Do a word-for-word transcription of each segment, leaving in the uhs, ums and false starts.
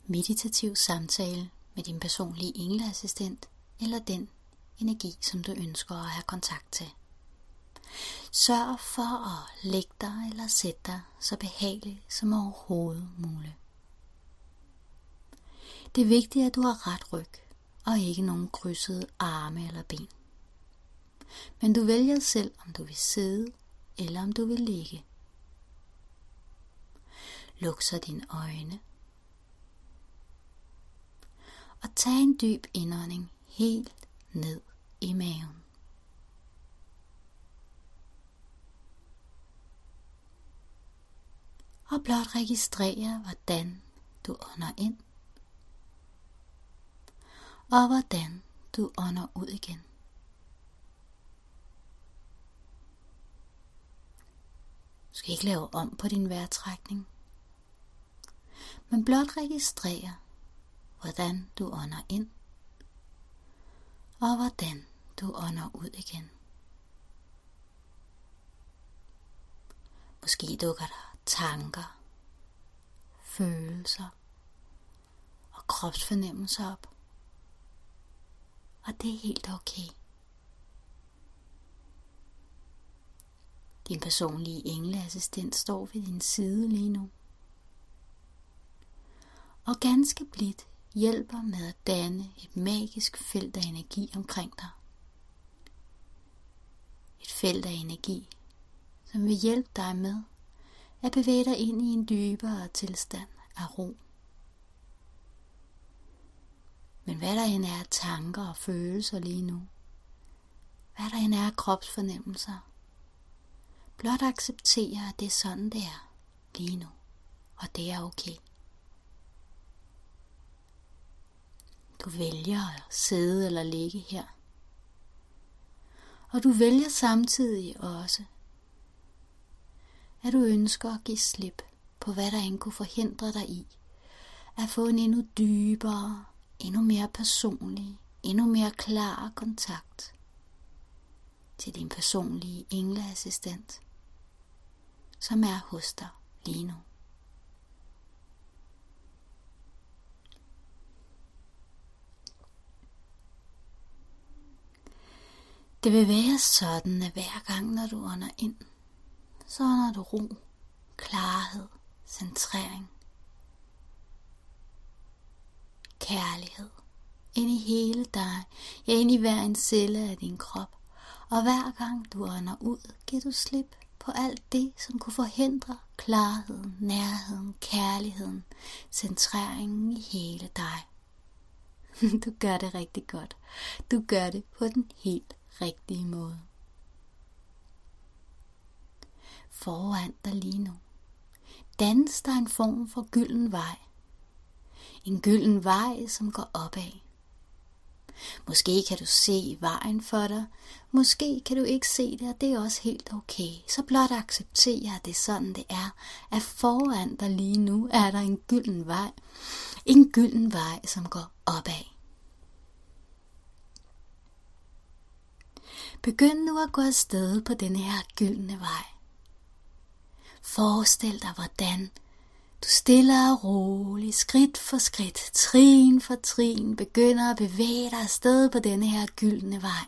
meditativ samtale med din personlige engleassistent eller den energi, som du ønsker at have kontakt til. Sørg for at lægge dig eller sætte dig så behageligt som overhovedet muligt. Det er vigtigt, at du har ret ryg og ikke nogen krydsede arme eller ben. Men du vælger selv, om du vil sidde eller om du vil ligge. Luk så dine øjne. Og tag en dyb indånding helt ned i maven. Og blot registrere, hvordan du ånder ind, og hvordan du ånder ud igen. Du skal ikke lave om på din vejrtrækning, men blot registrere, hvordan du ånder ind, og hvordan du ånder ud igen. Måske dukker der tanker, følelser og kropsfornemmelser op, og det er helt okay. Din personlige engleassistent står ved din side lige nu, og ganske blidt hjælper med at danne et magisk felt af energi omkring dig. Et felt af energi, som vil hjælpe dig med at bevæge dig ind i en dybere tilstand af ro. Men hvad der end er af tanker og følelser lige nu, hvad der end er af kropsfornemmelser, blot acceptere, at det er sådan det er lige nu, og det er okay. Du vælger at sidde eller ligge her, og du vælger samtidig også, at du ønsker at give slip på hvad der end kunne forhindre dig i at få en endnu dybere, endnu mere personlig, endnu mere klar kontakt til din personlige engleassistent, som er hos dig lige nu. Det vil være sådan, at hver gang når du ånder ind, så ånder du ro, klarhed, centrering, kærlighed ind i hele dig, ja ind i hver en celle af din krop. Og hver gang du ånder ud, giver du slip på alt det, som kunne forhindre klarheden, nærheden, kærligheden, centreringen i hele dig. Du gør det rigtig godt. Du gør det på den helt rigtige måde. Foran dig lige nu dannes der en form for gylden vej. En gylden vej, som går opad. Måske kan du se vejen for dig, måske kan du ikke se det, og det er også helt okay. Så blot acceptere, at det er sådan det er, at foran dig lige nu er der en gylden vej. En gylden vej, som går opad. Begynd nu at gå afsted på denne her gyldne vej. Forestil dig, hvordan du stille og roligt, skridt for skridt, trin for trin, begynder at bevæge dig afsted på denne her gyldne vej.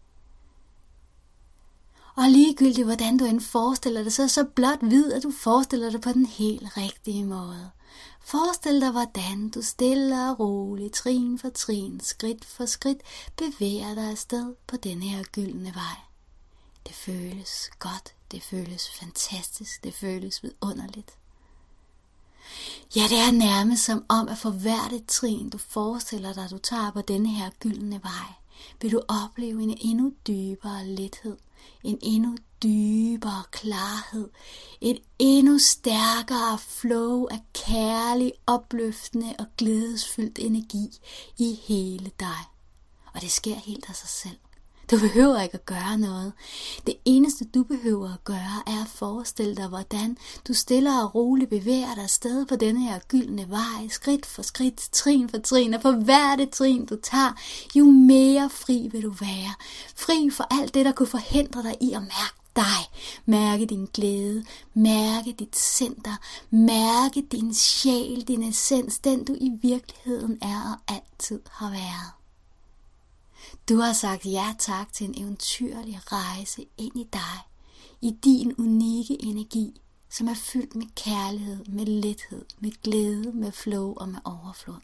Og ligegyldigt hvordan du end forestiller dig, så så blot vid, at du forestiller dig på den helt rigtige måde. Forestil dig, hvordan du stille og roligt, trin for trin, skridt for skridt, bevæger dig afsted på denne her gyldne vej. Det føles godt, det føles fantastisk, det føles vidunderligt. Ja, det er nærmest som om, at for hvert et trin, du forestiller dig, du tager på denne her gyldne vej, vil du opleve en endnu dybere lethed, en endnu dybere klarhed, et endnu stærkere flow af kærlig, opløftende og glædesfyldt energi i hele dig. Og det sker helt af sig selv. Du behøver ikke at gøre noget. Det eneste du behøver at gøre er at forestille dig, hvordan du stille og roligt bevæger dig afsted på denne her gyldne vej, skridt for skridt, trin for trin, og for hvert et trin du tager, jo mere fri vil du være. Fri for alt det, der kunne forhindre dig i at mærke dig. Mærke din glæde. Mærke dit center. Mærke din sjæl, din essens, den du i virkeligheden er og altid har været. Du har sagt ja tak til en eventyrlig rejse ind i dig, i din unikke energi, som er fyldt med kærlighed, med lethed, med glæde, med flow og med overflod.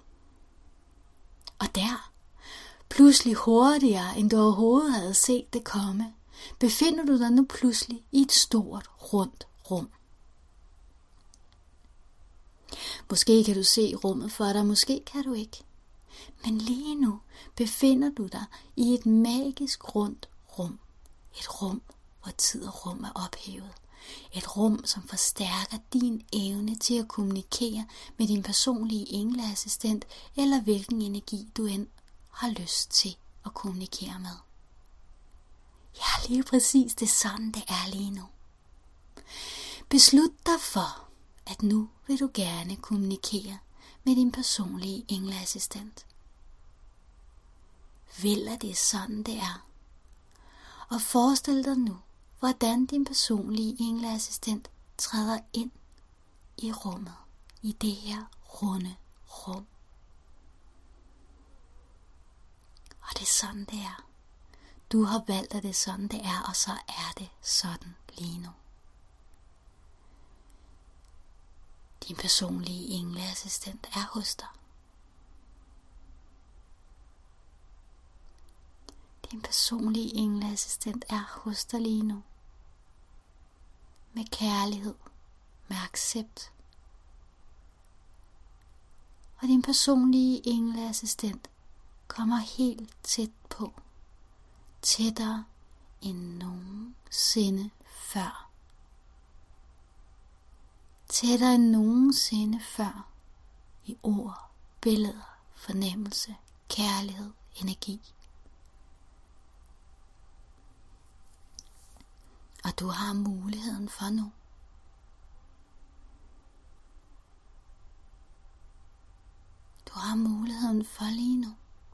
Og der, pludselig hurtigere end du overhovedet havde set det komme, befinder du dig nu pludselig i et stort, rundt rum. Måske kan du se rummet for dig, måske kan du ikke. Men lige nu befinder du dig i et magisk rundt rum. Et rum, hvor tid og rum er ophævet. Et rum, som forstærker din evne til at kommunikere med din personlige engleassistent, eller hvilken energi du end har lyst til at kommunikere med. Ja, lige præcis det er sådan, det er lige nu. Beslut dig for, at nu vil du gerne kommunikere med din personlige engleassistent. Vil at det er sådan, det er. Og forestil dig nu, hvordan din personlige engleassistent træder ind i rummet, i det her runde rum. Og det er sådan, det er. Du har valgt, at det er sådan, det er, og så er det sådan lige nu. Din personlige engleassistent er hos dig. Din personlige engleassistent er hos dig lige nu. Med kærlighed, med accept. Og din personlige engleassistent kommer helt tæt på. Tættere end nogensinde før. Tættere end nogensinde før. I ord, billeder, fornemmelse, kærlighed, energi. Og du har muligheden for nu. Du har muligheden for lige nu.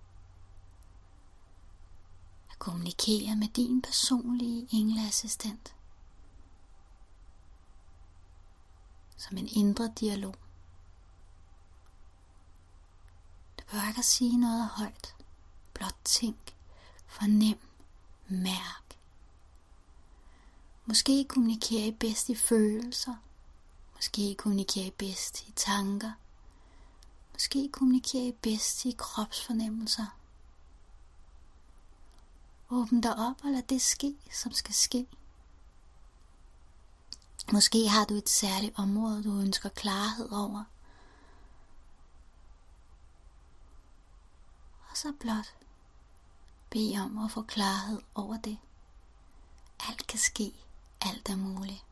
At kommunikere med din personlige engleassistent. Som en indre dialog. Du behøver ikke at sige noget højt. Blot tænk, fornem, mærk. Måske kommunikerer I bedst i følelser. Måske kommunikerer I bedst i tanker. Måske kommunikerer I bedst i kropsfornemmelser. Åbn dig op og lad det ske, som skal ske. Måske har du et særligt område, du ønsker klarhed over. Og så blot bed om at få klarhed over det. Alt kan ske. Alt er muligt.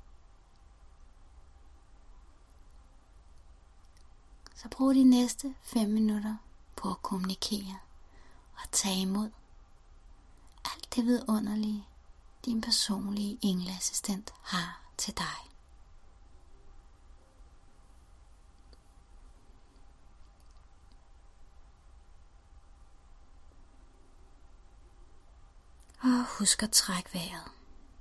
Så brug de næste fem minutter på at kommunikere og tage imod alt det vidunderlige, din personlige engleassistent har til dig. Og husk at trække vejret.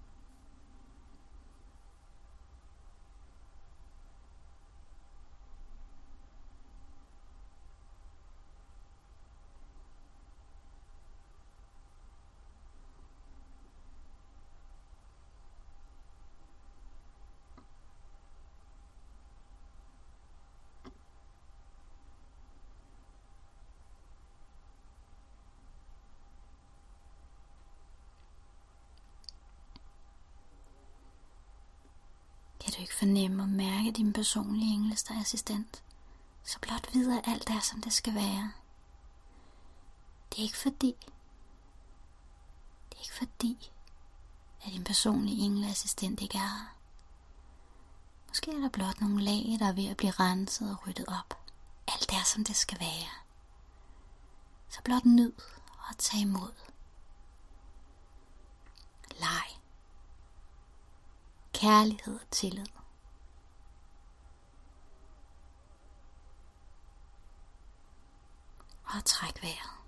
Kan du ikke fornemme og mærke din personlige engleassistent, så blot vide, at alt er, som det skal være. Det er ikke fordi, det er ikke fordi, at din personlige engleassistent ikke er her. Måske er der blot nogle lag, der er ved at blive renset og ryddet op. Alt er, som det skal være. Så blot nyd og tag imod. Leg. Kærlighed og tillid. Og træk vejret.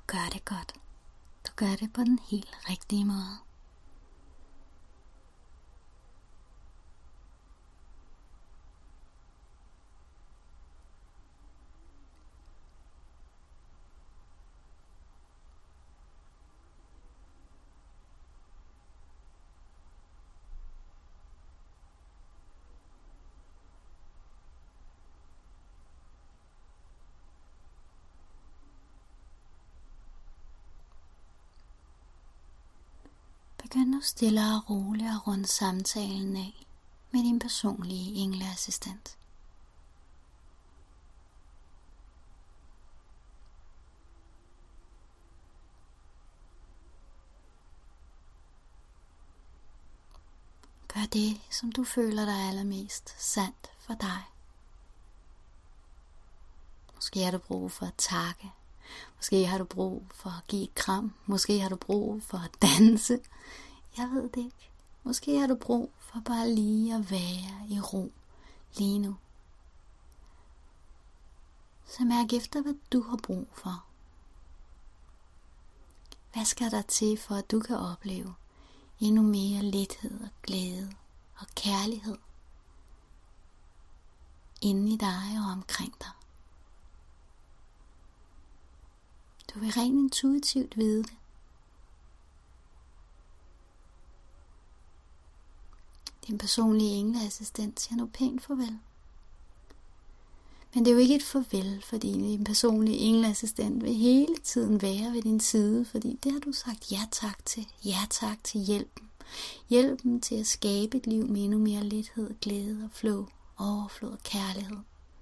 gør det godt. Du gør det på den helt rigtige måde. Begynd nu stille og roligt at runde samtalen af med din personlige engleassistent. Gør det, som du føler dig allermest sandt for dig. Måske har du brug for at takke. Måske har du brug for at give et kram. Måske har du brug for at danse. Jeg ved det ikke. Måske har du brug for bare lige at være i ro lige nu. Så mærk efter, hvad du har brug for. Hvad skal der til, for at du kan opleve endnu mere lethed og glæde og kærlighed inde i dig og omkring dig? Du vil rent intuitivt vide det. Din personlige engleassistent siger nu pænt farvel. Men det er jo ikke et farvel, fordi din personlige engleassistent vil hele tiden være ved din side, fordi det har du sagt ja tak til. Ja tak til hjælpen. Hjælpen til at skabe et liv med endnu mere lethed, glæde og flow, overflod og kærlighed.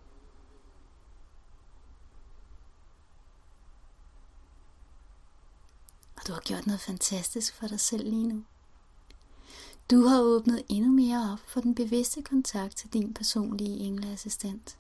Og du har gjort noget fantastisk for dig selv lige nu. Du har åbnet endnu mere op for den bevidste kontakt til din personlige engleassistent.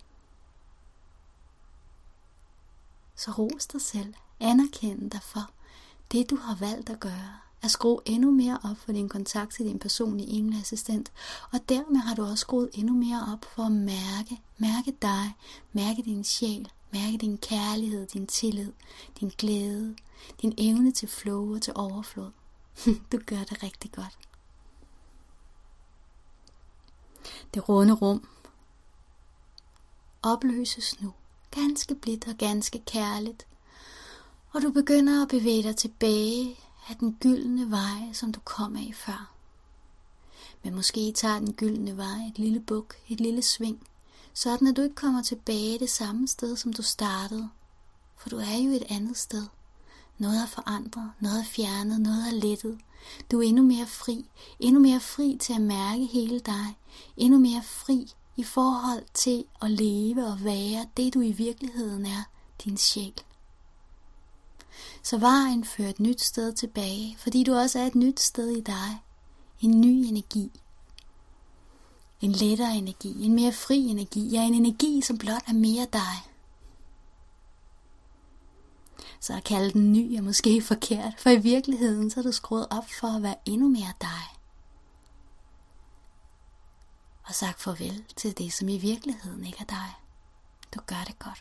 Så ros dig selv, anerkend dig for det du har valgt at gøre, at skrue endnu mere op for din kontakt til din personlige engleassistent, og dermed har du også skruet endnu mere op for at mærke, mærke dig, mærke din sjæl, mærke din kærlighed, din tillid, din glæde, din evne til flow og til overflod. Du gør det rigtig godt. Det runde rum opløses nu, ganske blidt og ganske kærligt, og du begynder at bevæge dig tilbage af den gyldne vej, som du kom af før. Men måske tager den gyldne vej et lille buk, et lille sving, sådan at du ikke kommer tilbage det samme sted, som du startede, for du er jo et andet sted. Noget er forandret, noget er fjernet, noget er lettet. Du er endnu mere fri, endnu mere fri til at mærke hele dig, endnu mere fri i forhold til at leve og være det, du i virkeligheden er, din sjæl. Så vejen fører et nyt sted tilbage, fordi du også er et nyt sted i dig. En ny energi. En lettere energi, en mere fri energi, ja, en energi, som blot er mere dig. Så at kalde den ny er måske forkert, for i virkeligheden så er du skruet op for at være endnu mere dig. Og sagt farvel til det, som i virkeligheden ikke er dig. Du gør det godt.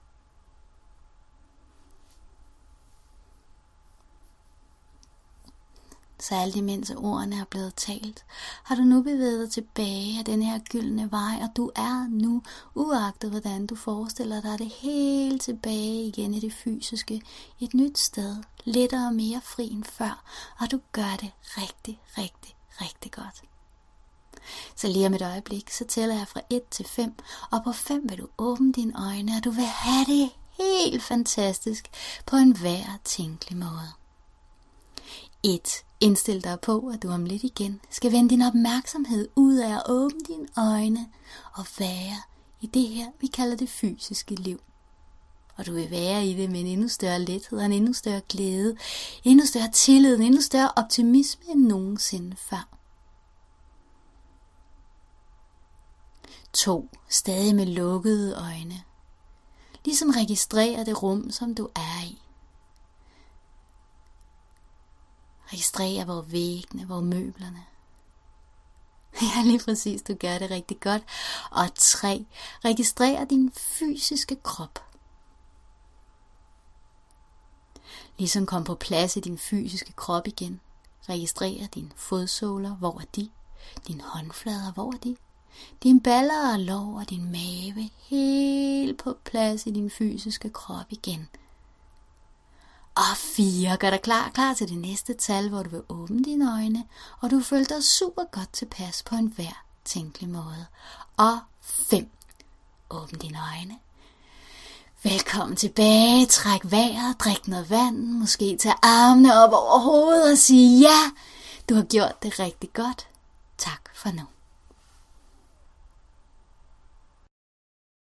Så alt imens ordene er blevet talt, har du nu bevæget dig tilbage af den her gyldne vej, og du er nu, uagtet hvordan du forestiller dig det, helt tilbage igen i det fysiske, et nyt sted, lettere og mere fri end før, og du gør det rigtig, rigtig, rigtig godt. Så lige om et øjeblik, så tæller jeg fra et til fem, og på fem vil du åbne dine øjne, og du vil have det helt fantastisk på en hver tænkelig måde. et. Indstil dig på, at du om lidt igen skal vende din opmærksomhed ud af at åbne dine øjne og være i det her, vi kalder det fysiske liv. Og du vil være i det med en endnu større lethed, en endnu større glæde, endnu større tillid, en endnu større optimisme end nogensinde før. to. Stadig med lukkede øjne. Ligesom registrer det rum, som du er i. Registrer hvor væggene, hvor møblerne. Ja, lige præcis, du gør det rigtig godt. Og tre. Registrer din fysiske krop. Ligesom kom på plads i din fysiske krop igen. Registrer dine fodsåler, hvor er de? Dine håndflader, hvor er de? Dine baller og lår og din mave helt på plads i din fysiske krop igen. Og fire, gør dig klar, klar til det næste tal, hvor du vil åbne dine øjne, og du føler dig super godt tilpas på en hver tænkelig måde. Og fem, åbn dine øjne. Velkommen tilbage, træk vejret, drik noget vand, måske tage armene op over hovedet og sige ja, du har gjort det rigtig godt. Tak for nu.